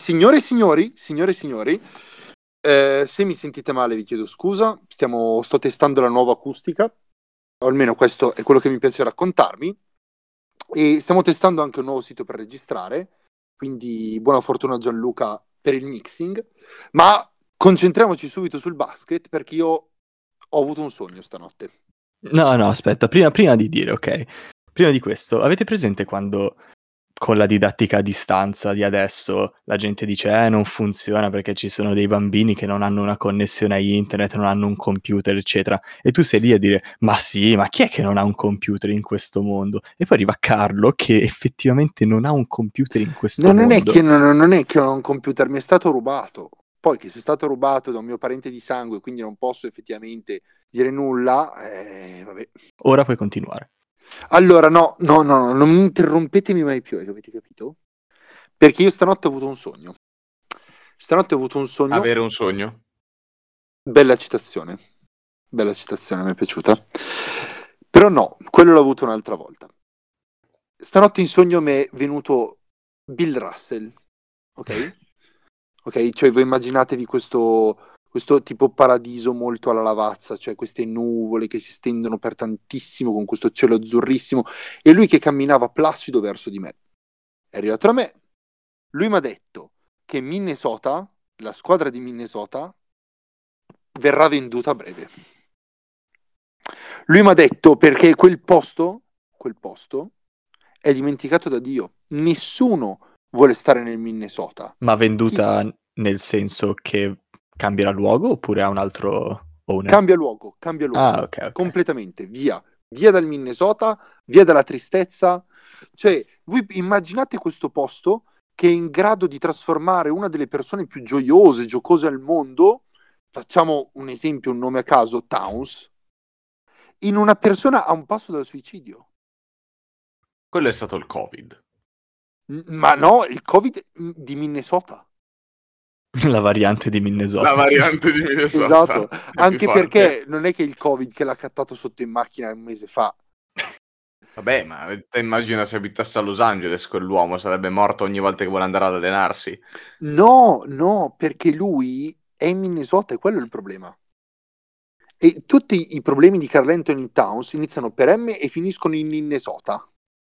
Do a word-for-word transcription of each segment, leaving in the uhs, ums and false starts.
Signore e signori, signore e signori, eh, se mi sentite male vi chiedo scusa, stiamo, sto testando la nuova acustica, o almeno questo è quello che mi piace raccontarmi, e stiamo testando anche un nuovo sito per registrare, quindi buona fortuna a Gianluca per il mixing, ma concentriamoci subito sul basket perché io ho avuto un sogno stanotte. No, no, aspetta, prima, prima di dire, ok, prima di questo, avete presente quando con la didattica a distanza di adesso la gente dice eh non funziona perché ci sono dei bambini che non hanno una connessione a internet, non hanno un computer, eccetera, e tu sei lì a dire ma sì, ma chi è che non ha un computer in questo mondo? E poi arriva Carlo che effettivamente non ha un computer in questo No, non mondo. è che non, non è che ho un computer, mi è stato rubato. Poi che sia stato rubato da un mio parente di sangue, quindi non posso effettivamente dire nulla, eh, vabbè. Ora puoi continuare. Allora, no, no, no, no, non interrompetemi mai più, avete capito? Perché io stanotte ho avuto un sogno. Stanotte ho avuto un sogno. Avere un sogno. Bella citazione. Bella citazione, mi è piaciuta. Però no, quello l'ho avuto un'altra volta. Stanotte in sogno mi è venuto Bill Russell, ok? Ok, cioè voi immaginatevi questo, questo tipo paradiso molto alla Lavazza, cioè queste nuvole che si stendono per tantissimo con questo cielo azzurrissimo e lui che camminava placido verso di me. È arrivato da me, lui mi ha detto che Minnesota, la squadra di Minnesota, verrà venduta a breve. Lui mi ha detto perché quel posto, quel posto è dimenticato da Dio. Nessuno vuole stare nel Minnesota. Ma venduta Chi? Nel senso che cambierà luogo oppure ha un altro owner? Cambia luogo, cambia luogo. Ah, ok, ok. Completamente, via. Via dal Minnesota, via dalla tristezza. Cioè, voi immaginate questo posto che è in grado di trasformare una delle persone più gioiose, giocose al mondo, facciamo un esempio, un nome a caso, Towns, in una persona a un passo dal suicidio. Quello è stato il Covid. Ma no, il Covid di Minnesota. La variante di Minnesota. La variante di Minnesota. Esatto, anche perché non è che il Covid che l'ha cattato sotto in macchina un mese fa. Vabbè, ma te immagina se abitasse a Los Angeles quell'uomo, sarebbe morto ogni volta che vuole andare ad allenarsi. No, no, perché lui è in Minnesota e quello è il problema. E tutti i problemi di Karl Anthony Towns iniziano per M e finiscono in Minnesota.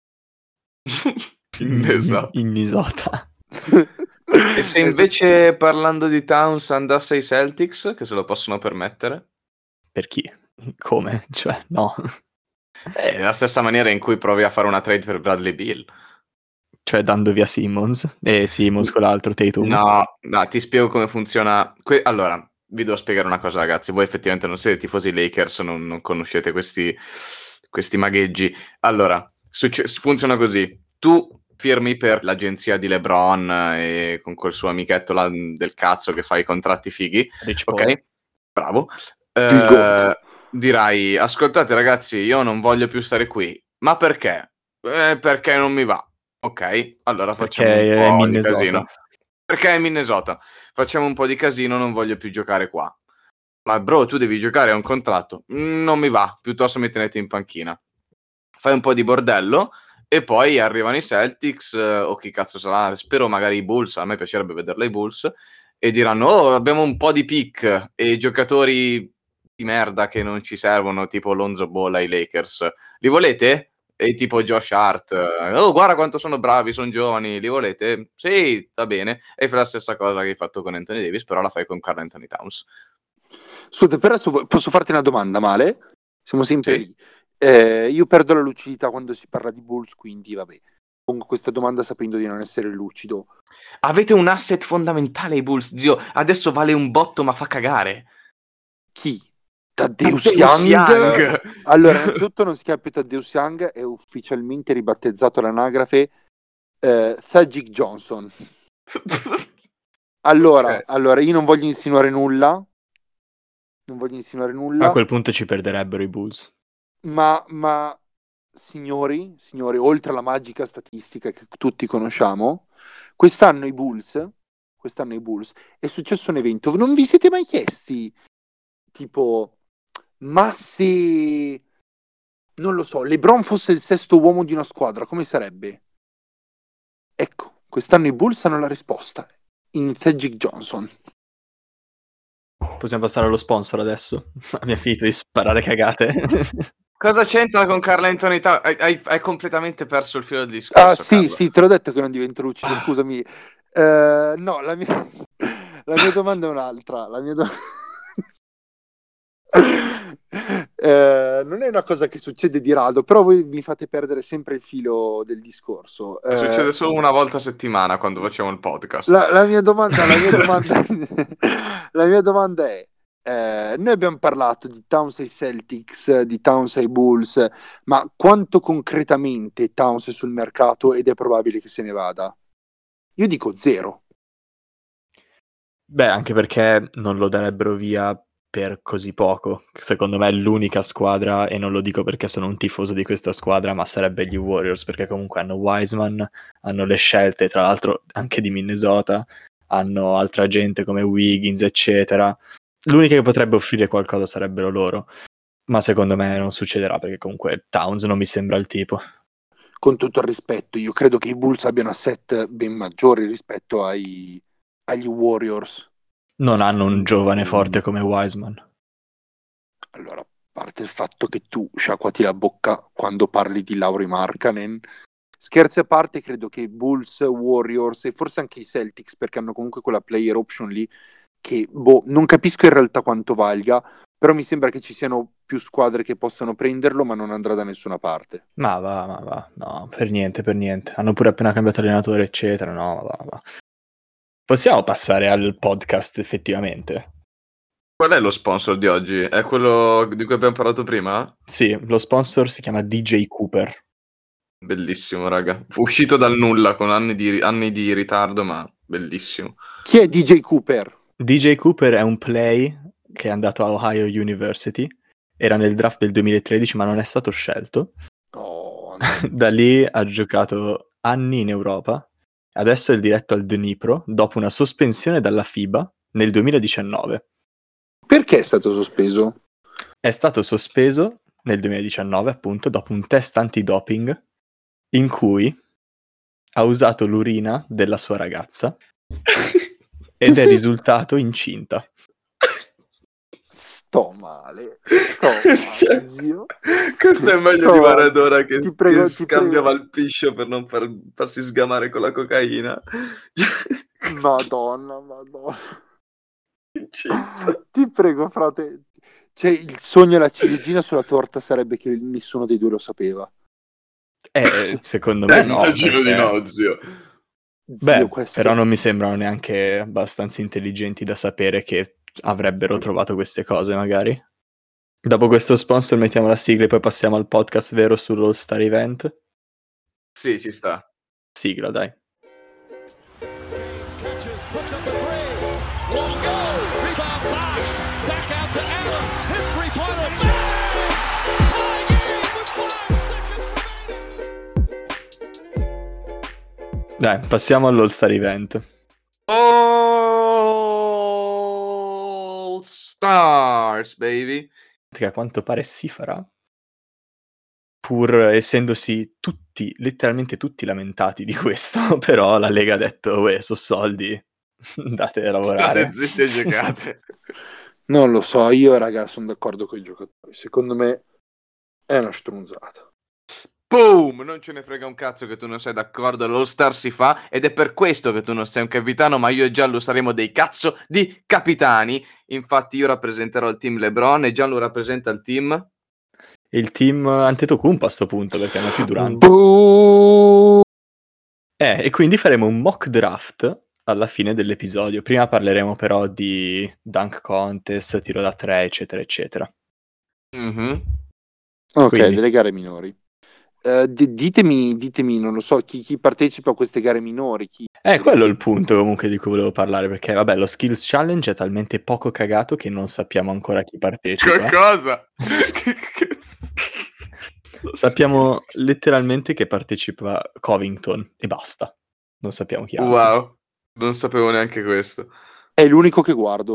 Minnesota. In Minnesota. E se invece parlando di Towns andasse ai Celtics, che se lo possono permettere? Per chi? Come? Cioè, no. È la stessa maniera in cui provi a fare una trade per Bradley Beal. Cioè dando via Simmons e Simmons con l'altro Tatum. No, no, ti spiego come funziona. Que- allora, vi devo spiegare una cosa, ragazzi. Voi effettivamente non siete tifosi Lakers, non, non conoscete questi, questi magheggi. Allora, succe- funziona così. Tu firmi per l'agenzia di LeBron e con quel suo amichetto là del cazzo che fa i contratti fighi. Rich Ok? Paul. Bravo. Eh, dirai, ascoltate ragazzi, io non voglio più stare qui. Ma perché? Eh, perché non mi va. Ok, allora facciamo Perché un è po' di Minnesota. casino. Perché è Minnesota. Facciamo un po' di casino, non voglio più giocare qua. Ma bro, tu devi giocare a un contratto. Mm, non mi va, piuttosto mi tenete in panchina. Fai un po' di bordello e poi arrivano i Celtics eh, o chi cazzo sarà, spero magari i Bulls, a me piacerebbe vederla i Bulls, e diranno oh abbiamo un po' di pick e giocatori di merda che non ci servono, tipo Lonzo Ball ai Lakers. Li volete? E tipo Josh Hart, oh guarda quanto sono bravi, sono giovani, li volete? Sì, va bene. E fai la stessa cosa che hai fatto con Anthony Davis, però la fai con Karl Anthony Towns. Scusa, però adesso posso farti una domanda, Male? Siamo sempre Sì. lì. Eh, io perdo la lucidità quando si parla di Bulls, quindi vabbè. Pongo questa domanda sapendo di non essere lucido. Avete un asset fondamentale ai Bulls, zio. Adesso vale un botto, ma fa cagare. Chi? Taddeus Taddeus Young. Young. Allora, innanzitutto non si chiama più Taddeus Young, è ufficialmente ribattezzato all'anagrafe eh, Thagic Johnson. Allora, Okay. allora, io non voglio insinuare nulla. Non voglio insinuare nulla. A quel punto ci perderebbero i Bulls. Ma, ma signori, signori, oltre alla magica statistica che tutti conosciamo, quest'anno i Bulls, quest'anno i Bulls, è successo un evento. Non vi siete mai chiesti, tipo, ma se, non lo so, LeBron fosse il sesto uomo di una squadra, come sarebbe? Ecco, quest'anno i Bulls hanno la risposta. in Magic Johnson. Possiamo passare allo sponsor adesso? Abbiamo finito di sparare cagate. Cosa c'entra con Carl Anthony Towns? Hai, hai, hai completamente perso il filo del discorso. Ah sì, Carlo. sì, te l'ho detto che non divento lucido, scusami. Uh, no, la mia... la mia domanda è un'altra. La mia domanda... Eh, non è una cosa che succede di rado, però voi mi fate perdere sempre il filo del discorso. Eh, Succede solo una volta a settimana quando facciamo il podcast. La, la mia domanda, la mia domanda, la mia domanda è: eh, noi abbiamo parlato di Towns ai Celtics, di Towns ai Bulls, ma quanto concretamente Towns è sul mercato ed è probabile che se ne vada? Io dico zero. Beh, anche perché non lo darebbero via per così poco. Secondo me è l'unica squadra, e non lo dico perché sono un tifoso di questa squadra, ma sarebbe gli Warriors, perché comunque hanno Wiseman, hanno le scelte, tra l'altro anche di Minnesota, hanno altra gente come Wiggins, eccetera. L'unica che potrebbe offrire qualcosa sarebbero loro, ma secondo me non succederà, perché comunque Towns non mi sembra il tipo. Con tutto il rispetto, io credo che i Bulls abbiano asset ben maggiori rispetto ai, agli Warriors. Non hanno un giovane forte come Wiseman. Allora, a parte il fatto che tu sciacquati la bocca quando parli di Lauri Markkanen, scherzi a parte, credo che Bulls, Warriors e forse anche i Celtics, perché hanno comunque quella player option lì, che boh, non capisco in realtà quanto valga, però mi sembra che ci siano più squadre che possano prenderlo, ma non andrà da nessuna parte. Ma va, ma va, no, per niente, per niente. Hanno pure appena cambiato allenatore, eccetera, no, ma va, va. Possiamo passare al podcast, effettivamente? Qual è lo sponsor di oggi? È quello di cui abbiamo parlato prima? Sì, lo sponsor si chiama D J Cooper. Bellissimo, raga. Fu uscito dal nulla con anni di, anni di ritardo, ma bellissimo. Chi è D J Cooper? D J Cooper è un play che è andato a Ohio University, era nel draft del duemilatredici ma non è stato scelto. Oh, Da lì ha giocato anni in Europa, adesso è il diretto al Dnipro dopo una sospensione dalla FIBA nel duemiladiciannove. perché è stato sospeso? È stato sospeso nel duemiladiciannove, appunto, dopo un test antidoping in cui ha usato l'urina della sua ragazza ed è risultato incinta. Sto male, sto male, zio. Questo è meglio Sto di male. Maradona che, Ti prego, che ti scambiava prego. il piscio per non far, farsi sgamare con la cocaina. Madonna, madonna. Incinta. Ti prego, frate. Cioè, il sogno e la ciliegina sulla torta sarebbe che nessuno dei due lo sapeva. Eh, secondo me Eh, no. immagino perché... di no, zio. Zio, Beh, questo... però non mi sembrano neanche abbastanza intelligenti da sapere che avrebbero trovato queste cose, magari. Dopo questo sponsor mettiamo la sigla e poi passiamo al podcast vero sull'All Star Event. Sì, ci sta. Sigla, dai. Dai, passiamo all'All Star Event. All Stars, baby. Che a quanto pare si farà, pur essendosi tutti, letteralmente tutti lamentati di questo, però la Lega ha detto, uè, so soldi, date a lavorare. State zitti e giocate. Non lo so, io raga sono d'accordo con i giocatori. Secondo me è una strunzata. Boom! Non ce ne frega un cazzo che tu non sei d'accordo, l'All Star si fa ed è per questo che tu non sei un capitano, ma io e Gianlu saremo dei cazzo di capitani. Infatti io rappresenterò il team LeBron e Gianlu rappresenta il team... Il team Antetokounmpo a sto punto, perché non è più Durant. Boom! Eh, e quindi faremo un mock draft alla fine dell'episodio. Prima parleremo però di dunk contest, tiro da tre, eccetera, eccetera. Mm-hmm. Ok, Quindi. delle gare minori. Uh, d- ditemi, ditemi, non lo so, chi, chi partecipa a queste gare minori. Chi... Eh, quello è il punto comunque di cui volevo parlare, perché vabbè, lo Skills Challenge è talmente poco cagato che non sappiamo ancora chi partecipa. Che cosa? Sappiamo letteralmente che partecipa Covington e basta. Non sappiamo chi altro. Wow, non sapevo neanche questo. È l'unico che guardo.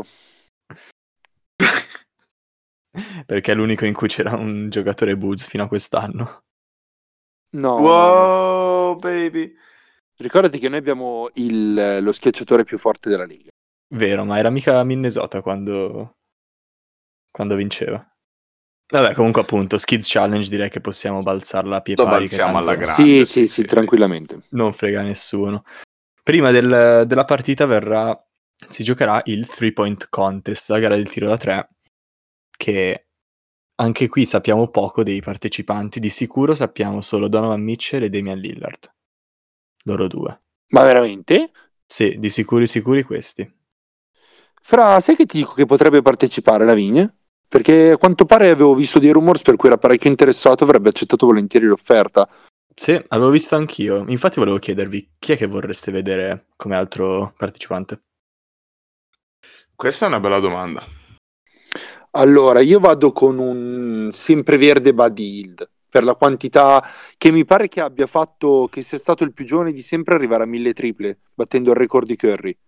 Perché è l'unico in cui c'era un giocatore Bulls fino a quest'anno. No, Wow, no, no. baby. Ricordati che noi abbiamo il, lo schiacciatore più forte della Lega. Vero, ma era mica Minnesota quando, quando vinceva. Vabbè, comunque appunto, Skids Challenge direi che possiamo balzarla a pie Lo pari, che balziamo tanto alla grande. Sì, sì, sì, tranquillamente. non frega nessuno. Prima del- della partita verrà, si giocherà il three point contest, la gara del tiro da tre, che anche qui sappiamo poco dei partecipanti, di sicuro sappiamo solo Donovan Mitchell e Damian Lillard, loro due. Ma veramente? Sì, di sicuri sicuri questi. Fra, sai che ti dico che potrebbe partecipare la Vigne? Perché a quanto pare avevo visto dei rumors per cui era parecchio interessato, avrebbe accettato volentieri l'offerta. Sì, avevo visto anch'io. Infatti volevo chiedervi chi è che vorreste vedere come altro partecipante? Questa è una bella domanda. Allora, io vado con un sempreverde Buddy Hield, per la quantità che mi pare che abbia fatto, che sia stato il più giovane di sempre arrivare a mille triple, battendo il record di Curry.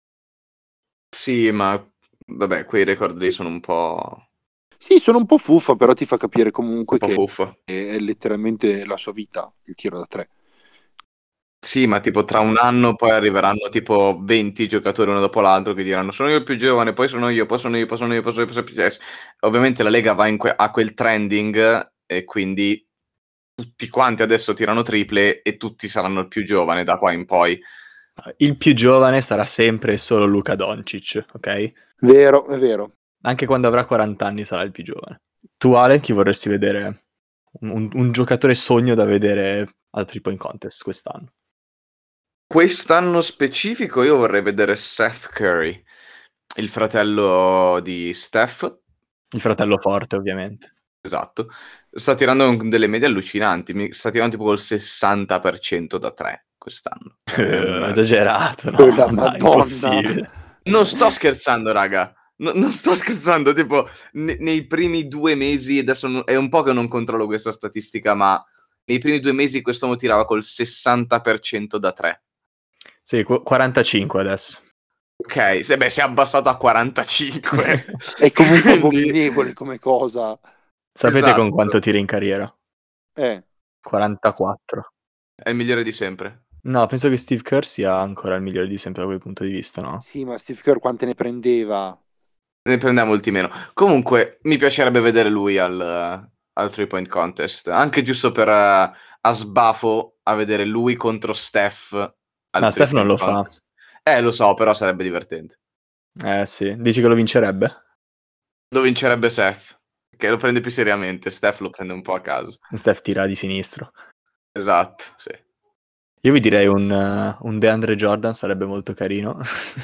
Sì, ma vabbè, quei record lì sono un po', Sì, sono un po' fuffa, però ti fa capire comunque un po' che fuffa. è letteralmente la sua vita, il tiro da tre. Sì, ma tipo tra un anno poi arriveranno tipo venti giocatori uno dopo l'altro che diranno sono io il più giovane, poi sono io, poi sono io, poi sono io, poi sono io, poi sono io. Poi sono io. Ovviamente la Lega va in que- a quel trending e quindi tutti quanti adesso tirano triple e tutti saranno il più giovane da qua in poi. Il più giovane sarà sempre e solo Luka Doncic, ok? Vero, è vero. Anche quando avrà quaranta anni sarà il più giovane. Tu, Ale, chi vorresti vedere? Un, un- un giocatore sogno da vedere al three point contest quest'anno? Quest'anno specifico io vorrei vedere Seth Curry, il fratello di Steph. Il fratello forte, ovviamente. Esatto, sta tirando un- delle medie allucinanti, mi- sta tirando tipo col sessanta per cento da tre quest'anno. È un- Esagerato, Oh, no? la Dai, Madonna. impossibile. Non sto scherzando, raga. No- non sto scherzando, tipo, ne- nei primi due mesi, adesso non- è un po' che non controllo questa statistica, ma nei primi due mesi quest'uomo tirava col sessanta per cento da tre. Sì, qu- quarantacinque adesso. Ok, se, beh, si è abbassato a quarantacinque. È comunque Quindi- abominevole come cosa. Sapete Esatto. con quanto tira in carriera? Eh, quarantaquattro. È il migliore di sempre. No, penso che Steve Kerr sia ancora il migliore di sempre da quel punto di vista, no? sì, ma Steve Kerr quante ne prendeva? Ne prendiamo molti meno. Comunque, mi piacerebbe vedere lui al, al three point contest, anche giusto per eh, a sbafo a vedere lui contro Steph al No, three Steph non point lo fa. contest. Eh, lo so, però sarebbe divertente. Eh sì, dici che lo vincerebbe? Lo vincerebbe Seth, che lo prende più seriamente. Steph lo prende un po' a caso. Steph tira di sinistro. Esatto, sì. Io vi direi un, uh, un DeAndre Jordan, sarebbe molto carino.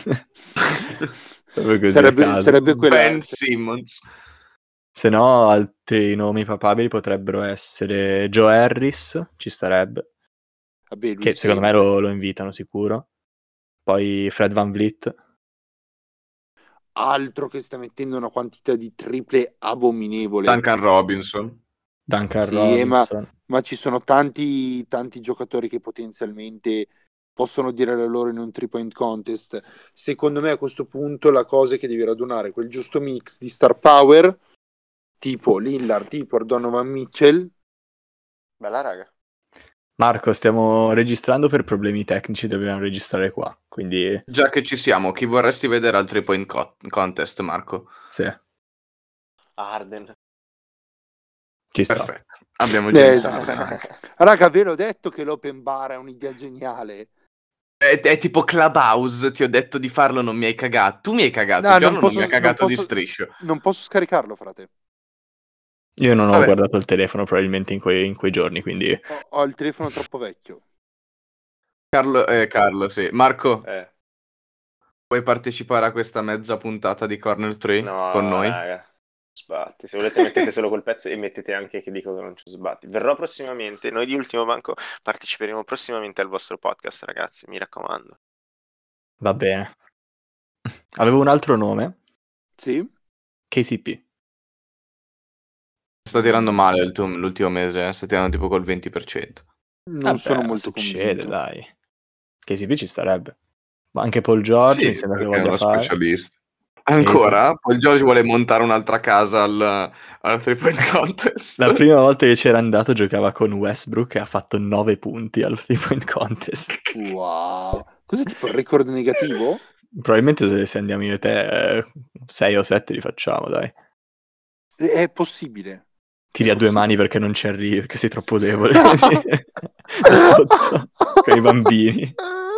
Proprio così Sarebbe, a caso. sarebbe quella. Ben Simmons. Se no, altri nomi papabili potrebbero essere Joe Harris, ci starebbe, Vabbè, lui che secondo me sempre. lo, lo invitano sicuro. Poi Fred VanVleet. Altro che sta mettendo una quantità di triple abominevole. Duncan Robinson. Duncan Sì, eh, ma, Robinson. ma ci sono tanti, tanti giocatori che potenzialmente possono dire la loro in un three point contest. Secondo me a questo punto la cosa è che devi radunare quel giusto mix di star power, tipo Lillard, tipo Donovan Mitchell. Bella raga. Marco, stiamo registrando per problemi tecnici, dobbiamo registrare qua, quindi Già che ci siamo, chi vorresti vedere al three point co- contest, Marco? sì, Arden. ci sta. Perfetto. Abbiamo Eh, James sì. Harden anche. Raga, ve l'ho detto che l'open bar è un'idea geniale. È, è tipo Clubhouse, ti ho detto di farlo, non mi hai cagato. Tu mi hai cagato, No, Giorno non posso, non mi ha cagato non di posso- striscio. non posso scaricarlo, frate. Io non ho Vabbè. guardato il telefono probabilmente in quei, in quei giorni, quindi Ho, ho il telefono troppo vecchio. Carlo, eh, Carlo, sì. Marco, Eh, vuoi partecipare a questa mezza puntata di Corner tre no, con noi? raga. Sbatti. Se volete mettete solo quel pezzo e mettete anche che dico che non c'è sbatti. Verrò prossimamente. Noi di Ultimo Banco parteciperemo prossimamente al vostro podcast, ragazzi. Mi raccomando. va bene. Avevo un altro nome, Sì? K C P. Sta tirando male il tuo- l'ultimo mese, eh? Sta tirando tipo col venti per cento. Non Vabbè, sono ma molto succede, convinto. dai. K C P ci starebbe. Ma anche Paul George Sì, mi sembra che perché è voglia uno fare. specialista. Ancora? Paul George vuole montare un'altra casa al, al three point contest. La prima volta che c'era andato giocava con Westbrook e ha fatto nove punti al three point contest. Wow. Cos'è tipo il record negativo? Probabilmente se, se andiamo io e te sei o sette li facciamo, dai. È, è possibile. Tiri È a due possibile. mani perché non ci arrivi, perché sei troppo debole. Da sotto, con i bambini.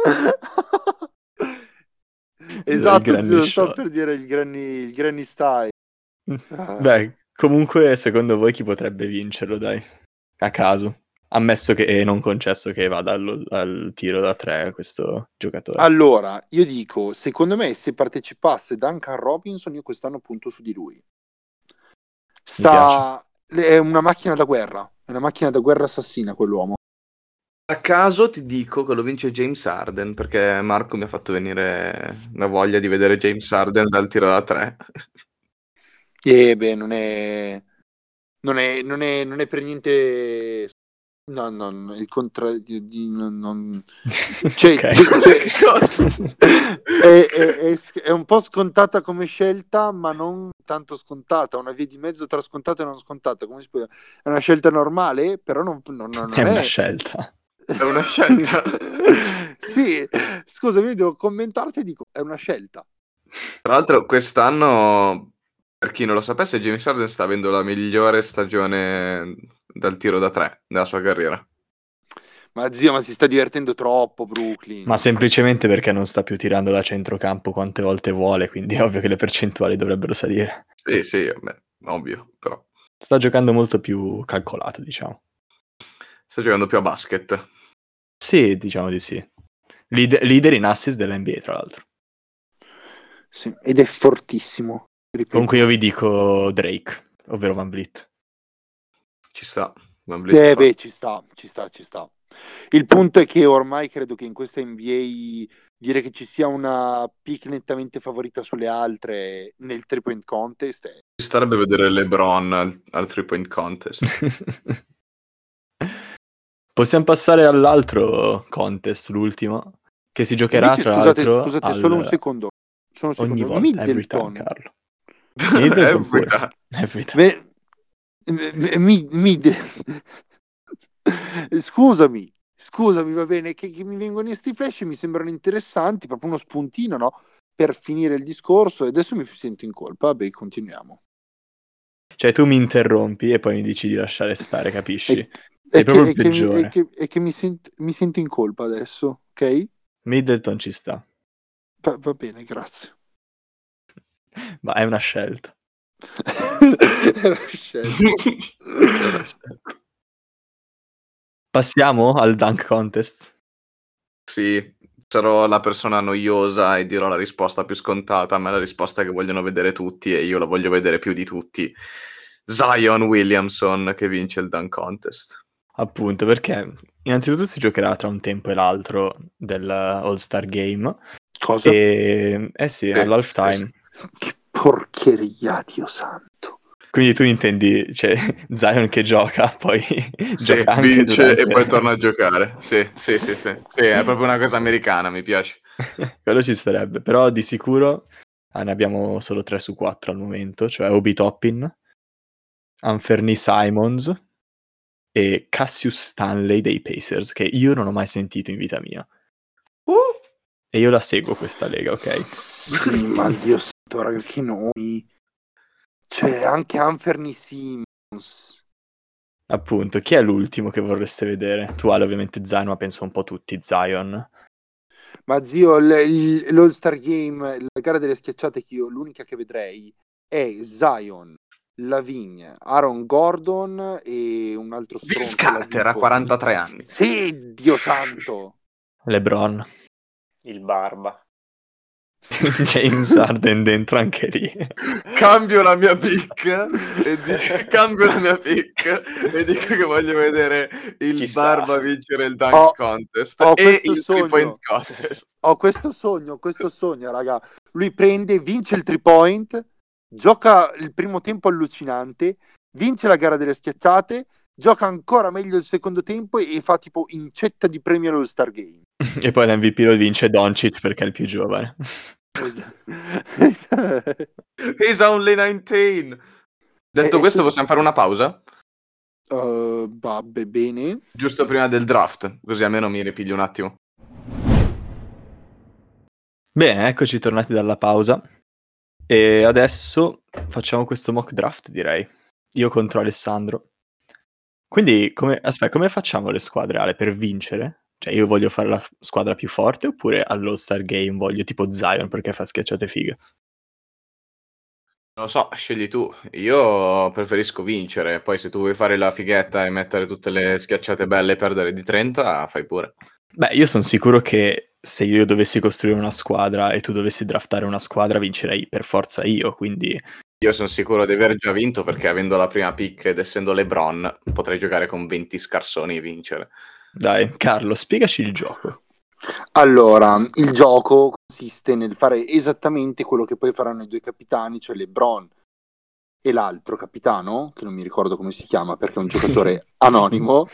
Esatto, Il zio, sto shot. per dire il granny, il granny style. Ah. Beh, comunque secondo voi chi potrebbe vincerlo, dai? A caso. Ammesso che è non concesso che vada al, al tiro da tre questo giocatore. Allora, io dico, secondo me se partecipasse Duncan Robinson, io quest'anno punto su di lui. Sta... È una macchina da guerra, è una macchina da guerra assassina quell'uomo. A caso ti dico che lo vince James Harden, perché Marco mi ha fatto venire la voglia di vedere James Harden dal tiro da tre. E beh, non è... Non è, non è, non è per niente... No, no, no, il contrario... Non, non... Cioè, Ok. cioè- è, è- è- è un po' scontata come scelta, ma non tanto scontata, una via di mezzo tra scontata e non scontata. Come si può dire? È una scelta normale, però non, non- non È è... una scelta. È una scelta. Sì, scusami, devo commentarti e dico, è una scelta. Tra l'altro quest'anno, per chi non lo sapesse, James Harden sta avendo la migliore stagione dal tiro da tre della sua carriera. Ma zio, ma si sta divertendo troppo Brooklyn. Ma semplicemente perché non sta più tirando da centrocampo quante volte vuole, quindi è ovvio che le percentuali dovrebbero salire. Sì, sì, beh, ovvio, però Sta giocando molto più calcolato, diciamo. sta giocando più a basket. Sì, diciamo di sì. Leader, leader in assist dell'N B A, tra l'altro. Sì, ed è fortissimo. Ripeto. Comunque io vi dico Drake, ovvero Van Vliet. Ci sta. Van Vliet Eh fa- beh, ci sta, ci sta, ci sta. Il punto è che ormai credo che in questa N B A dire che ci sia una pick nettamente favorita sulle altre nel three point contest è... Ci starebbe vedere LeBron al, al three point contest. Possiamo passare all'altro contest, l'ultimo, che si giocherà Invece, tra scusate, l'altro scusate, al- solo un secondo. Solo un ogni secondo. volta, every time, Middleton. Carlo. Middleton Every pure. time. Every time. Beh, eh, mi- Mid- Scusami, scusami, va bene, che, che mi vengono questi flash e mi sembrano interessanti, proprio uno spuntino, no? Per finire il discorso, e adesso mi sento in colpa. Vabbè, continuiamo. Cioè tu mi interrompi e poi mi dici di lasciare stare, capisci? E, Sei e proprio che, il e che mi, peggiore. e che- e che mi, sent- mi sento in colpa adesso, ok? Middleton ci sta, Va, va bene, grazie. ma è una scelta. Era scelta. Passiamo al dunk contest. Sì, sarò la persona noiosa e dirò la risposta più scontata, ma è la risposta che vogliono vedere tutti e io la voglio vedere più di tutti. Zion Williamson che vince il dunk contest. Appunto, perché innanzitutto si giocherà tra un tempo e l'altro del All-Star Game. Cosa? E eh sì, Sì, all'halftime. Che porcheria, Dio santo. Quindi tu intendi, cioè, Zion che gioca, poi Sì, gioca anche vince durante... e poi torna a giocare. Sì, sì, sì, sì. Sì, è proprio una cosa americana, mi piace. Quello ci starebbe, però di sicuro ah, ne abbiamo solo tre su quattro al momento, cioè Obi Toppin, Anthony Simons e Cassius Stanley dei Pacers, che io non ho mai sentito in vita mia. Uh! E io la seguo questa lega, ok? Sì, ma Dio santo, raga, che nomi. Cioè, anche Anthony Simons. Appunto, chi è l'ultimo che vorreste vedere? Tu hai ovviamente Zion, ma penso un po' tutti Zion. Ma zio, l- il- l'All-Star Game, la gara delle schiacciate che io, l'unica che vedrei è Zion, Lavigne, Aaron Gordon e un altro Vince stronzo. la Carter ha dico. quarantatré anni. Sì, Dio santo. LeBron. Il barba. James Harden dentro anche lì. Cambio la mia pick e dico, cambio la mia pick e dico che voglio vedere il Chi sta? Barba vincere il dunk Ho- contest ho e questo il sogno. three point contest. Ho questo sogno, ho questo sogno, raga. Lui prende, vince il three point, gioca il primo tempo allucinante, vince la gara delle schiacciate, gioca ancora meglio il secondo tempo e fa tipo incetta di premio all'All-Star Game. E poi l'M V P lo vince Doncic perché è il più giovane. He's only nineteen. Detto E- questo, e- possiamo fare una pausa? Uh, vabbè, bene. Giusto prima del draft, così almeno mi ripiglio un attimo. Bene, eccoci tornati dalla pausa. E adesso facciamo questo mock draft, direi. Io contro Alessandro. Quindi, come, aspetta, come facciamo le squadre, Ale, per vincere? Cioè, io voglio fare la f- squadra più forte oppure all'All-Star Game voglio tipo Zion perché fa schiacciate fighe? Non lo so, scegli tu. Io preferisco vincere. Poi se tu vuoi fare la fighetta e mettere tutte le schiacciate belle e perdere di trenta, fai pure. Beh, io sono sicuro che se io dovessi costruire una squadra e tu dovessi draftare una squadra, vincerei per forza io, quindi... Io sono sicuro di aver già vinto perché avendo la prima pick ed essendo LeBron potrei giocare con venti scarsoni e vincere. Dai, Carlo, spiegaci il gioco. Allora, il gioco consiste nel fare esattamente quello che poi faranno i due capitani, cioè LeBron e l'altro capitano, che non mi ricordo come si chiama perché è un giocatore anonimo.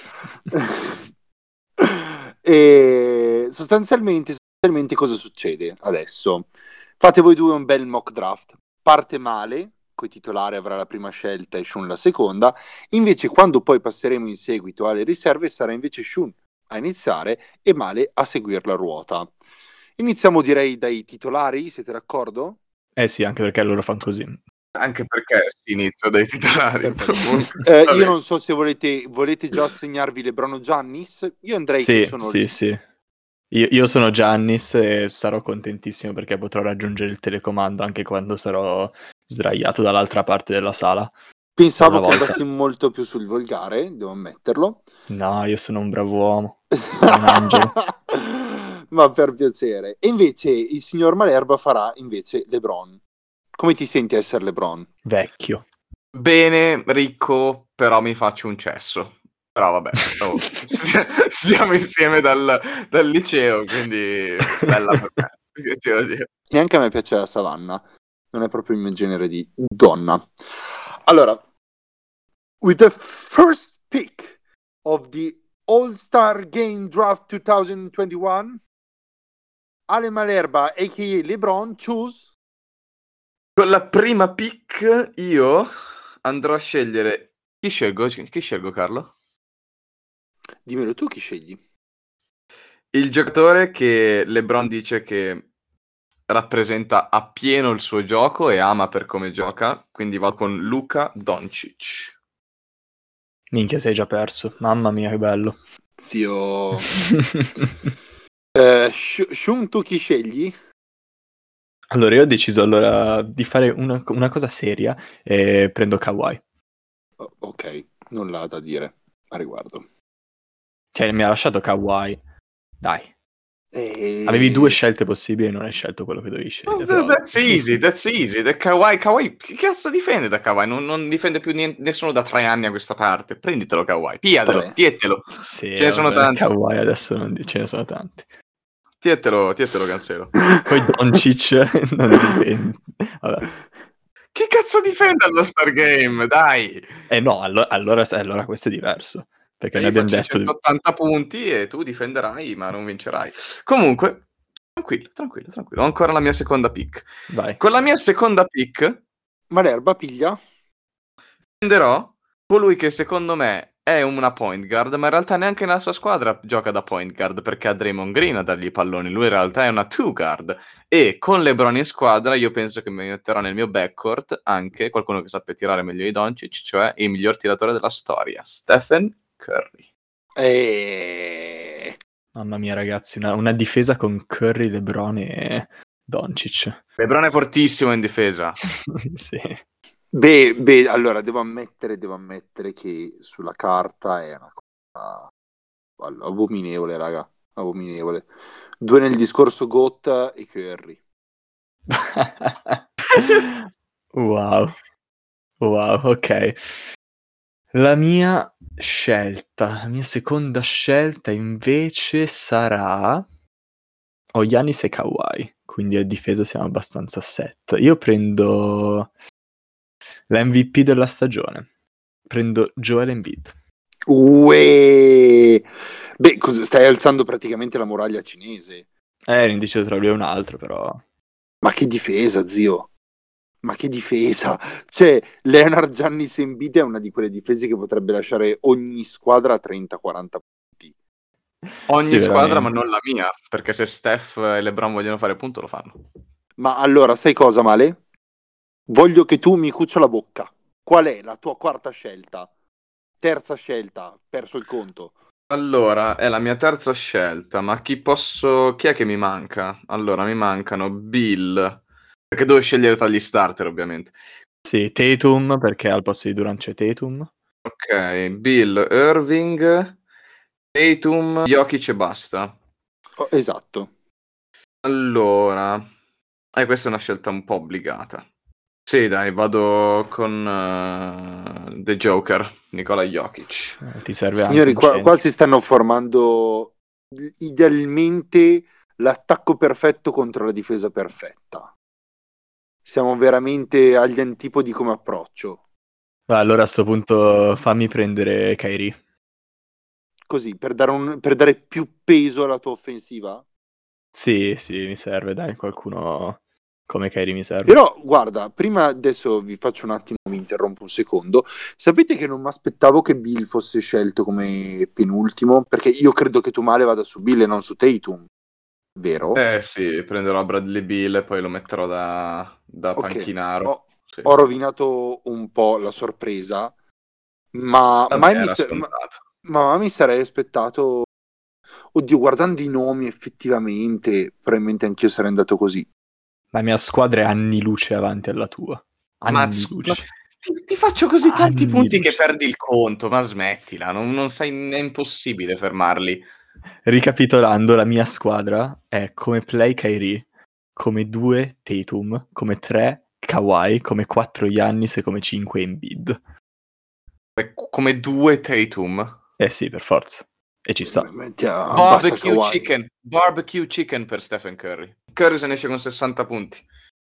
E sostanzialmente, sostanzialmente cosa succede adesso? Fate voi due un bel mock draft. Parte male, coi titolari avrà la prima scelta e Shun la seconda, invece quando poi passeremo in seguito alle riserve sarà invece Shun a iniziare e Male a seguire la ruota. Iniziamo direi dai titolari, siete d'accordo? Eh sì, anche perché loro fanno così. Anche perché si inizia dai titolari. Eh, io non so se volete, volete già assegnarvi LeBron o Giannis. Io andrei Sì, che sono sì, sì. Io, io sono Giannis e sarò contentissimo perché potrò raggiungere il telecomando anche quando sarò sdraiato dall'altra parte della sala. Pensavo Una che volta. andassi molto più sul volgare, devo ammetterlo. No, io sono un bravo uomo. Sono un angelo. Ma per piacere. E invece il signor Malerba farà invece LeBron. Come ti senti a essere LeBron? Vecchio. Bene, ricco, però mi faccio un cesso. Però vabbè, oh, stiamo insieme dal, dal liceo, quindi bella per me. Che ti devo dire? Neanche a me piace la Savanna. Non è proprio il mio genere di donna. Allora, with the first pick of the All-Star Game Draft twenty twenty-one, Ale Malerba, a k a. LeBron, choose... Con la prima pick io andrò a scegliere... Chi scelgo? Chi scelgo, Carlo? Dimmelo tu chi scegli. Il giocatore che LeBron dice che rappresenta appieno il suo gioco e ama per come gioca, quindi vado con Luka Doncic. Minchia, sei già perso. Mamma mia, che bello. Zio... uh, Shun, tu chi scegli? Allora, io ho deciso allora di fare una, una cosa seria e prendo Kawhi. Oh, ok, non l'ha da dire a riguardo. Cioè, mi ha lasciato Kawhi. Dai. E... Avevi due scelte possibili e non hai scelto quello che dovevi scegliere. Però... That's easy, that's easy. Da Kawhi, Kawhi, che cazzo difende da Kawhi? Non, non difende più niente, nessuno da tre anni a questa parte. Prenditelo Kawhi, pigliatelo, Tre. tietelo. Sì, Ce ne sono vabbè, tanti. Kawhi adesso non ce ne sono tanti. Tietelo, tietelo, Cancelo. Poi Doncic non difende. Vabbè. Che cazzo difende allo Star Game? Dai! Eh no, allora, allora, allora questo è diverso. Perché E noi io abbiamo faccio detto... centottanta punti e tu difenderai, ma non vincerai. Comunque, tranquillo, tranquillo, tranquillo. Ho ancora la mia seconda pick. Vai. Con la mia seconda pick Malerba piglia? prenderò colui che secondo me è una point guard, ma in realtà neanche nella sua squadra gioca da point guard perché ha Draymond Green a dargli i palloni. Lui in realtà è una two guard. E con LeBron in squadra io penso che mi metterò nel mio backcourt anche qualcuno che sappia tirare meglio di Doncic, cioè il miglior tiratore della storia, Stephen Curry. E... Mamma mia, ragazzi, una, una difesa con Curry, LeBron e Doncic. LeBron è fortissimo in difesa. Sì. Beh, beh, allora devo ammettere, devo ammettere che sulla carta è una cosa abominevole, raga, abominevole. Due nel discorso Goat e Curry. Wow. Wow, ok. La mia scelta, la mia seconda scelta invece sarà... Ho Giannis e Kawhi, quindi a difesa siamo abbastanza set. Io prendo l'M V P della stagione. Prendo Joel Embiid. Uè! Beh, cos- stai alzando praticamente la muraglia cinese. Eh, ero indeciso tra lui e un altro, però... Ma che difesa, zio! Ma che difesa! Cioè, Leonard Giannis Embiid è una di quelle difese che potrebbe lasciare ogni squadra a trenta quaranta punti. Ogni Sì, squadra, ma veramente. non la mia, perché se Steph e LeBron vogliono fare punto, lo fanno. Ma allora, sai cosa, Male? Voglio che tu mi cuccia la bocca. Qual è la tua quarta scelta? Terza scelta, perso il conto. Allora, è la mia terza scelta, ma chi posso... chi è che mi manca? Allora, mi mancano Bill, perché devo scegliere tra gli starter, ovviamente. Sì, Tatum, perché al posto di Durant c'è Tatum. Ok, Bill, Irving, Tatum, Jokic e basta. Oh, esatto. Allora, eh, questa è una scelta un po' obbligata. Sì, dai, vado con uh, The Joker, Nikola Jokic. Eh, ti serve anche Signori, un qua, qua centro. si stanno formando idealmente l'attacco perfetto contro la difesa perfetta. Siamo veramente agli antipodi come approccio. Ah, allora a sto punto fammi prendere Kyrie. Così, per dare, un, per dare più peso alla tua offensiva. Sì, sì, mi serve, dai, qualcuno come Kyrie mi serve. Però, guarda, prima adesso vi faccio un attimo, mi interrompo un secondo. Sapete che non mi aspettavo che Bill fosse scelto come penultimo? Perché io credo che tu male vada su Bill e non su Tatum, vero? Eh sì, prenderò Bradley Beal e poi lo metterò da, da Ok, panchinaro. ho, Sì. ho rovinato un po' la sorpresa, ma Vabbè, mai mi, era sa- ma, scontato. ma mai mi sarei aspettato. Oddio, guardando i nomi effettivamente, probabilmente anch'io sarei andato così. La mia squadra è anni luce avanti alla tua. Ma, Anni ma luce. ti, ti faccio così tanti Anni punti che luce. perdi il conto, ma smettila, non, non sai, è impossibile fermarli. Ricapitolando, la mia squadra è come play Kyrie, come due Tatum, come tre Kawhi, come quattro Giannis e come cinque Embiid. Come- Come due Tatum. Eh sì, per forza. E ci sta. Metti a- abbassa Barbecue Kawhi. chicken, barbecue chicken per Stephen Curry. Curry se ne esce con sessanta punti.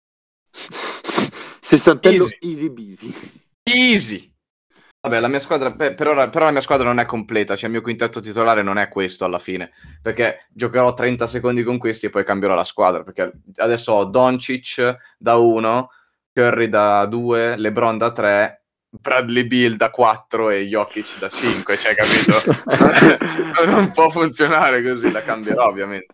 Sessantello Easy. easy busy. Easy. Vabbè, la mia squadra, beh, per ora- però la mia squadra non è completa, cioè il mio quintetto titolare non è questo alla fine, perché giocherò trenta secondi con questi e poi cambierò la squadra, perché adesso ho Doncic da uno, Curry da due, LeBron da tre, Bradley Beal da quattro e Jokic da cinque, cioè capito? Non può funzionare così, la cambierò ovviamente.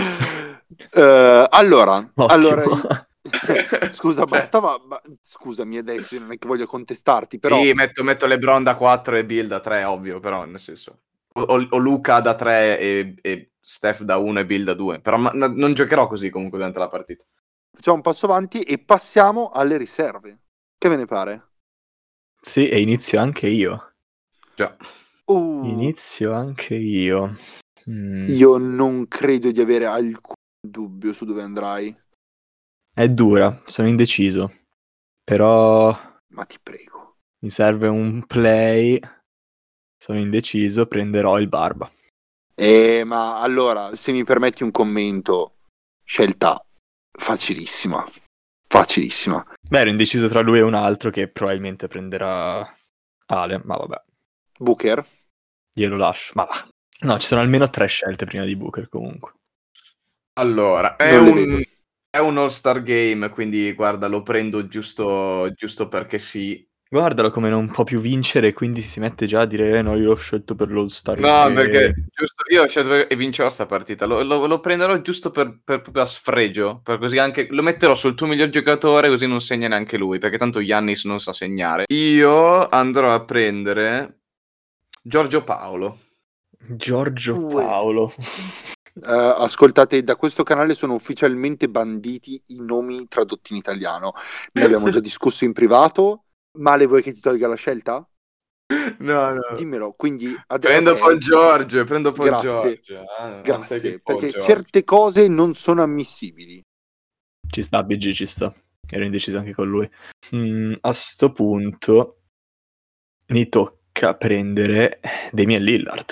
Eh, allora, Ottimo. allora scusa, Cioè, bastava. ba- Scusami adesso, io non è che voglio contestarti, però sì, metto, metto LeBron da quattro e Bill da tre, ovvio, però nel senso... O, o- o Luca da tre e, e Steph da uno e Bill da due. Però ma- no- non giocherò così comunque durante la partita. facciamo un passo avanti e passiamo alle riserve. Che ve ne pare? Sì, e inizio anche io. Già. Uh, Inizio anche io. Mm. io non credo di avere alcun dubbio su dove andrai, È dura, sono indeciso. Però ma ti prego. mi serve un play. Sono indeciso, prenderò il Barba. Eh, ma allora, se mi permetti un commento, scelta facilissima. Facilissima. Beh, ero indeciso tra lui e un altro che probabilmente prenderà Ale, ma vabbè, Booker. glielo lascio. Ma va. No, ci sono almeno tre scelte prima di Booker comunque. Allora, è Non le un, vedo. è un all-star game, quindi guarda, lo prendo giusto, giusto perché sì. Guardalo come non può più vincere, quindi si mette già a dire eh, no, io l'ho scelto per l'All-Star No, Game. perché giusto, io ho scelto per- e vincerò sta partita. Lo, lo- lo prenderò giusto per, per- proprio a sfregio. Per così anche lo metterò sul tuo miglior giocatore, così non segna neanche lui. Perché tanto Giannis non sa segnare. Io andrò a prendere Giorgio Paolo. Giorgio Ue. Paolo. Eh, ascoltate, da questo canale sono ufficialmente banditi i nomi tradotti in italiano. Ne abbiamo già discusso in privato. Male, vuoi che ti tolga la scelta? No, D- no. Dimmelo. Quindi, ad- Prendo ok, Paul George, prendo Paul grazie, George. Ah, tant'è che grazie, Paul perché George. certe cose non sono ammissibili. Ci sta, B G ci sta. Ero indeciso anche con lui. Mm, a sto punto mi tocca prendere Damian Lillard.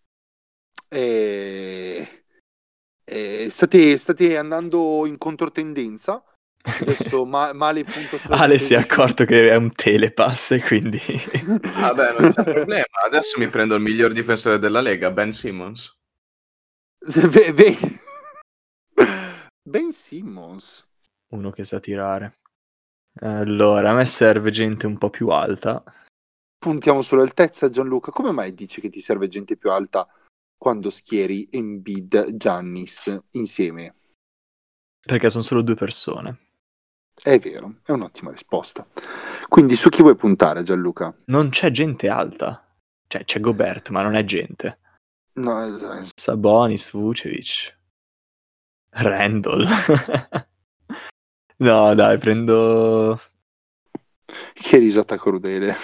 Eh, eh, state, state andando in controtendenza. Adesso ma- male punto sulla Ale si è difesa accorto che è un telepass e quindi... Vabbè, non c'è problema. Adesso mi prendo il miglior difensore della Lega, Ben Simmons. Ve- ve- Ben Simmons. uno che sa tirare. Allora, a me serve gente un po' più alta. Puntiamo sull'altezza, Gianluca. Come mai dici che ti serve gente più alta quando schieri Embiid, Giannis insieme? Perché sono solo due persone. È vero, è un'ottima risposta. Quindi su chi vuoi puntare, Gianluca? Non c'è gente alta. Cioè, c'è Gobert, ma non è gente. No, eh, Sabonis, Vucevic, Randall. No, dai, prendo... che risata crudele.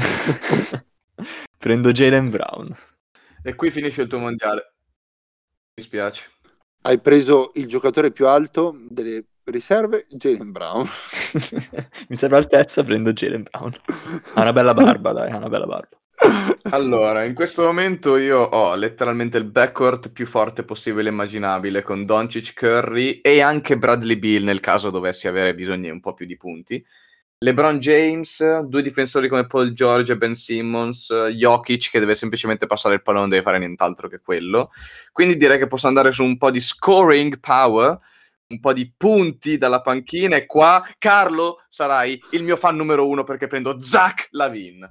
prendo Jaylen Brown. E qui finisce il tuo mondiale. Mi spiace. Hai preso il giocatore più alto delle riserve, Jaylen Brown. Mi serve altezza, prendo Jaylen Brown. Ha una bella barba, dai, ha una bella barba. Allora, in questo momento io ho letteralmente il backcourt più forte possibile e immaginabile, con Doncic, Curry e anche Bradley Beal nel caso dovessi avere bisogno di un po' più di punti. LeBron James, due difensori come Paul George e Ben Simmons, Jokic che deve semplicemente passare il pallone, non deve fare nient'altro che quello. Quindi direi che posso andare su un po' di scoring power, un po' di punti dalla panchina, e qua, Carlo, sarai il mio fan numero uno perché prendo Zach LaVine.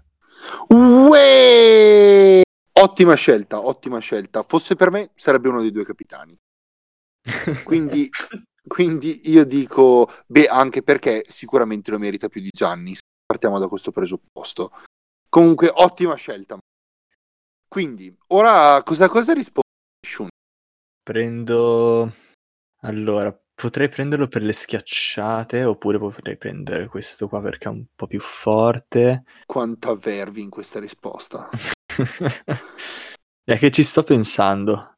Uè! Ottima scelta, ottima scelta. Fosse per me sarebbe uno dei due capitani. Quindi, quindi io dico, beh, anche perché sicuramente lo merita più di Giannis. Partiamo da questo presupposto. Comunque, ottima scelta. Quindi, ora cosa, cosa risponde Shun? Prendo... Allora, potrei prenderlo per le schiacciate, oppure potrei prendere questo qua perché è un po' più forte. Quanta vervi in questa risposta. È che ci sto pensando.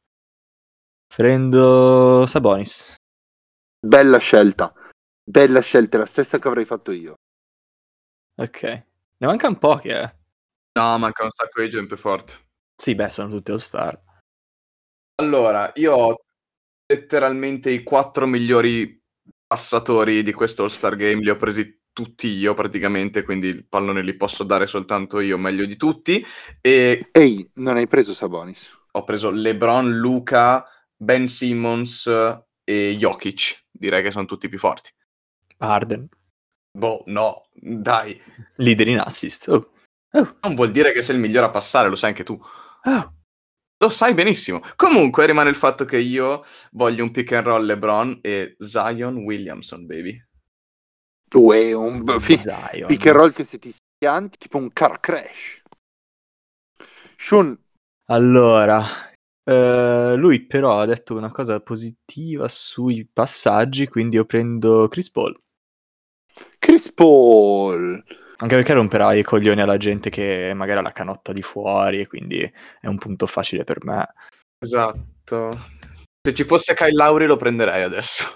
Prendo Sabonis. Bella scelta. Bella scelta, è la stessa che avrei fatto io. Ok. Ne mancano pochi, eh. No, manca un sacco di gente forte. Sì, beh, sono tutti all-star. Allora, io ho letteralmente i quattro migliori passatori di questo All-Star Game, li ho presi tutti io praticamente, quindi il pallone li posso dare soltanto io, meglio di tutti, e Ehi, non hai preso Sabonis? ho preso LeBron, Luka, Ben Simmons e Jokic, direi che sono tutti più forti. Harden. Boh, no, dai. Leader in assist. Oh. Oh. Non vuol dire che sei il migliore a passare, lo sai anche tu. Oh. Lo sai benissimo. Comunque rimane il fatto che io voglio un pick and roll LeBron e Zion Williamson, baby. Uè, un b- fi- Zion. pick and roll che se ti schianti, tipo un car crash. Shun, Allora, eh, lui però ha detto una cosa positiva sui passaggi, quindi io prendo Chris Paul. Chris Paul. Anche perché romperà i coglioni alla gente che magari ha la canotta di fuori e quindi è un punto facile per me. Esatto. Se ci fosse Kyle Lowry lo prenderei adesso.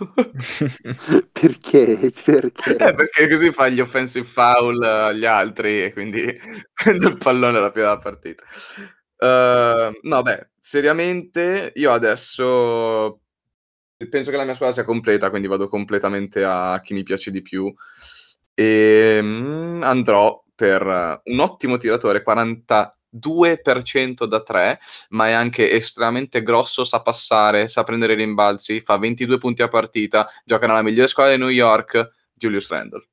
Perché? Perché? Eh, perché così fa gli offensive foul agli altri e quindi prendo il pallone alla fine della partita. Uh, no, beh, seriamente io adesso penso che la mia squadra sia completa, quindi vado completamente a chi mi piace di più e mm, andrò per un ottimo tiratore, quarantadue per cento da tre, ma è anche estremamente grosso, sa passare, sa prendere i rimbalzi, fa ventidue punti a partita, gioca nella migliore squadra di New York, Julius Randle.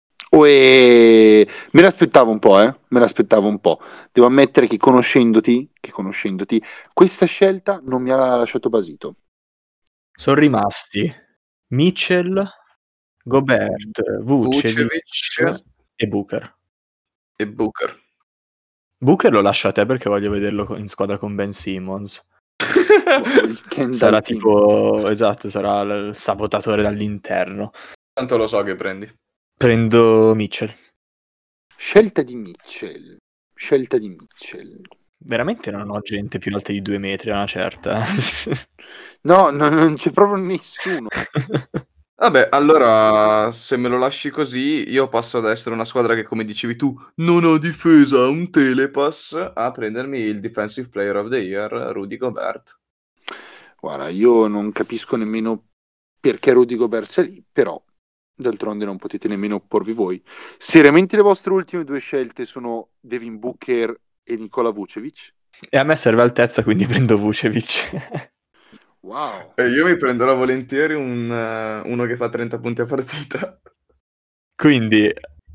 Uè, me l'aspettavo un po', eh? Me l'aspettavo un po'. Devo ammettere che conoscendoti, che conoscendoti, questa scelta non mi ha lasciato basito. Sono rimasti Mitchell, Gobert, Vucevic, Vucevic e Booker. e Booker. Booker lo lascio a te perché voglio vederlo in squadra con Ben Simmons. Il Kendall Sarà team. tipo, esatto, sarà il sabotatore dall'interno. Tanto lo so che prendi. Prendo Mitchell. Scelta di Mitchell. Scelta di Mitchell. Veramente non ho gente più alta di due metri a una certa. No, no, non c'è proprio nessuno. Vabbè, allora, se me lo lasci così, io passo ad essere una squadra che, come dicevi tu, non ha difesa, un telepass, a prendermi il Defensive Player of the Year, Rudy Gobert. Guarda, io non capisco nemmeno perché Rudy Gobert sia lì, però d'altronde non potete nemmeno opporvi voi. Seriamente le vostre ultime due scelte sono Devin Booker e Nikola Vucevic? E a me serve altezza, quindi prendo Vucevic. Wow. E io mi prenderò volentieri un, eh, uno che fa trenta punti a partita. Quindi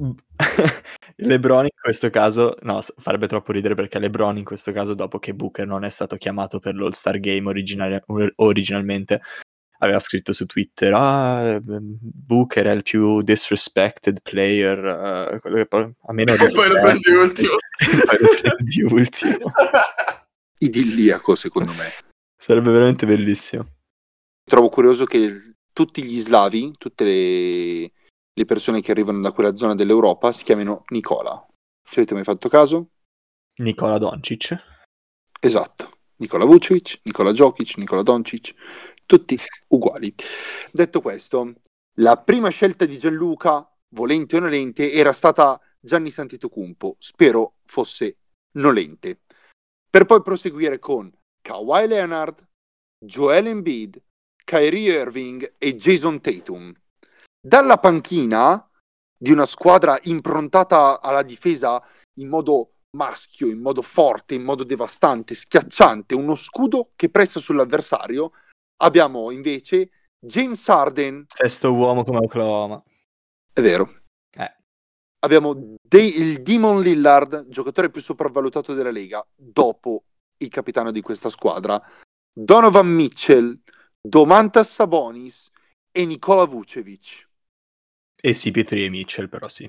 LeBron in questo caso, no, s- farebbe troppo ridere perché LeBron in questo caso, dopo che Booker non è stato chiamato per l'All-Star Game originale- or- originalmente, aveva scritto su Twitter, ah, ehm, Booker è il più disrespected player, eh, quello che poi a me non E poi lo prendi ultimo. E poi lo prendi ultimo. Idilliaco, secondo me. Sarebbe veramente bellissimo. Trovo curioso che tutti gli slavi, tutte le, le persone che arrivano da quella zona dell'Europa si chiamino Nicola. Ci avete mai fatto caso? Nicola Doncic. Esatto. Nikola Vucevic, Nikola Jokic, Nikola Doncic, tutti uguali. Detto questo, la prima scelta di Gianluca, volente o nolente, era stata Gianni Antetokounmpo. Spero fosse nolente. Per poi proseguire con Kawhi Leonard, Joel Embiid, Kyrie Irving e Jason Tatum. Dalla panchina di una squadra improntata alla difesa in modo maschio, in modo forte, in modo devastante, schiacciante, uno scudo che pressa sull'avversario, abbiamo invece James Harden. Sesto uomo come Oklahoma. È vero. Eh. Abbiamo De- il Demon Lillard, giocatore più sopravvalutato della Lega, dopo il capitano di questa squadra, Donovan Mitchell, Domantas Sabonis e Nikola Vucevic. E C P tre e Mitchell, però sì.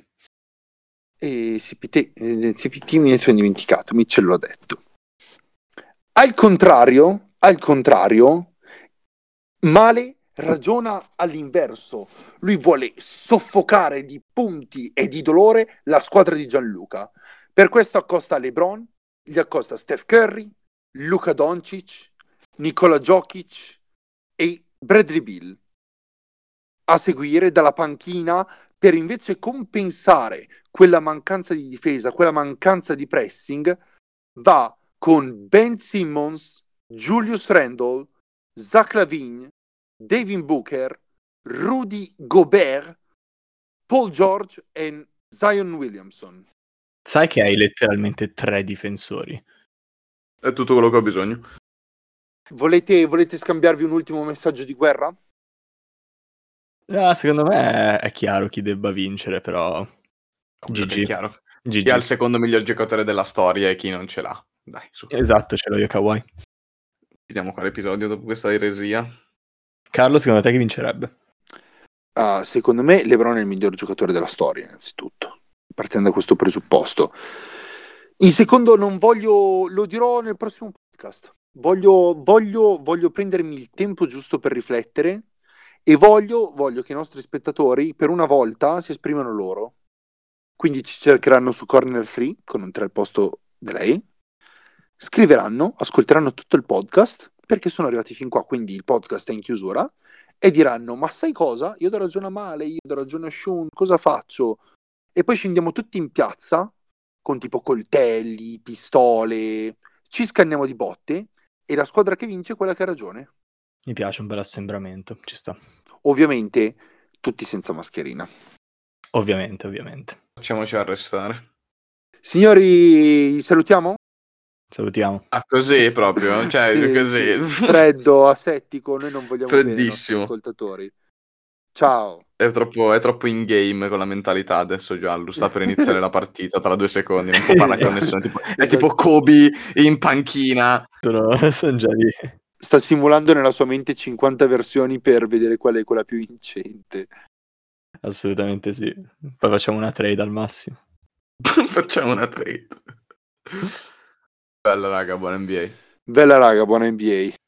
E C P T, eh, C P T mi ne sono dimenticato, Mitchell l'ho detto. Al contrario, al contrario, Male ragiona all'inverso. Lui vuole soffocare di punti e di dolore la squadra di Gianluca. Per questo accosta LeBron, gli accosta Steph Curry, Luka Doncic, Nikola Jokic e Bradley Beal. A seguire dalla panchina per invece compensare quella mancanza di difesa, quella mancanza di pressing, va con Ben Simmons, Julius Randle, Zach LaVine, Devin Booker, Rudy Gobert, Paul George e Zion Williamson. Sai che hai letteralmente tre difensori? È tutto quello che ho bisogno. Volete, volete scambiarvi un ultimo messaggio di guerra? Ah, secondo me è chiaro chi debba vincere, però Ovvio che G G. è chiaro. G G. Chi ha il secondo miglior giocatore della storia e chi non ce l'ha. Dai, su. Esatto, ce l'ho io Kawhi. Finiamo qua l'episodio dopo questa eresia. Carlo, secondo te chi vincerebbe? Uh, secondo me LeBron è il miglior giocatore della storia, innanzitutto, partendo da questo presupposto. In secondo non voglio, lo dirò nel prossimo podcast, voglio, voglio, voglio prendermi il tempo giusto per riflettere e voglio, voglio che i nostri spettatori per una volta si esprimano loro. Quindi ci cercheranno su Corner Free con un tre al posto di lei, scriveranno, ascolteranno tutto il podcast perché sono arrivati fin qua, quindi il podcast è in chiusura e diranno: ma sai cosa? Io do ragione a Male, io do ragione a Shun, cosa faccio? E poi scendiamo tutti in piazza con tipo coltelli, pistole, ci scanniamo di botte e la squadra che vince è quella che ha ragione. Mi piace un bel assembramento, ci sta. Ovviamente tutti senza mascherina. Ovviamente, ovviamente. Facciamoci arrestare. Signori, salutiamo? Salutiamo. Ah, così proprio? Cioè, Sì, così. sì. Freddo, asettico, noi non vogliamo bene ai nostri Freddissimo. ascoltatori. Ciao. È troppo, è troppo in game con la mentalità adesso Giallo, sta per iniziare la partita tra due secondi, non può parlare con nessuno, tipo, è Esatto. tipo Kobe in panchina. Sono, sono già lì. Sta simulando nella sua mente cinquanta versioni per vedere qual è quella più vincente. Assolutamente sì. Poi facciamo una trade al massimo. Facciamo una trade. Bella raga, buona N B A. Bella raga, buona N B A.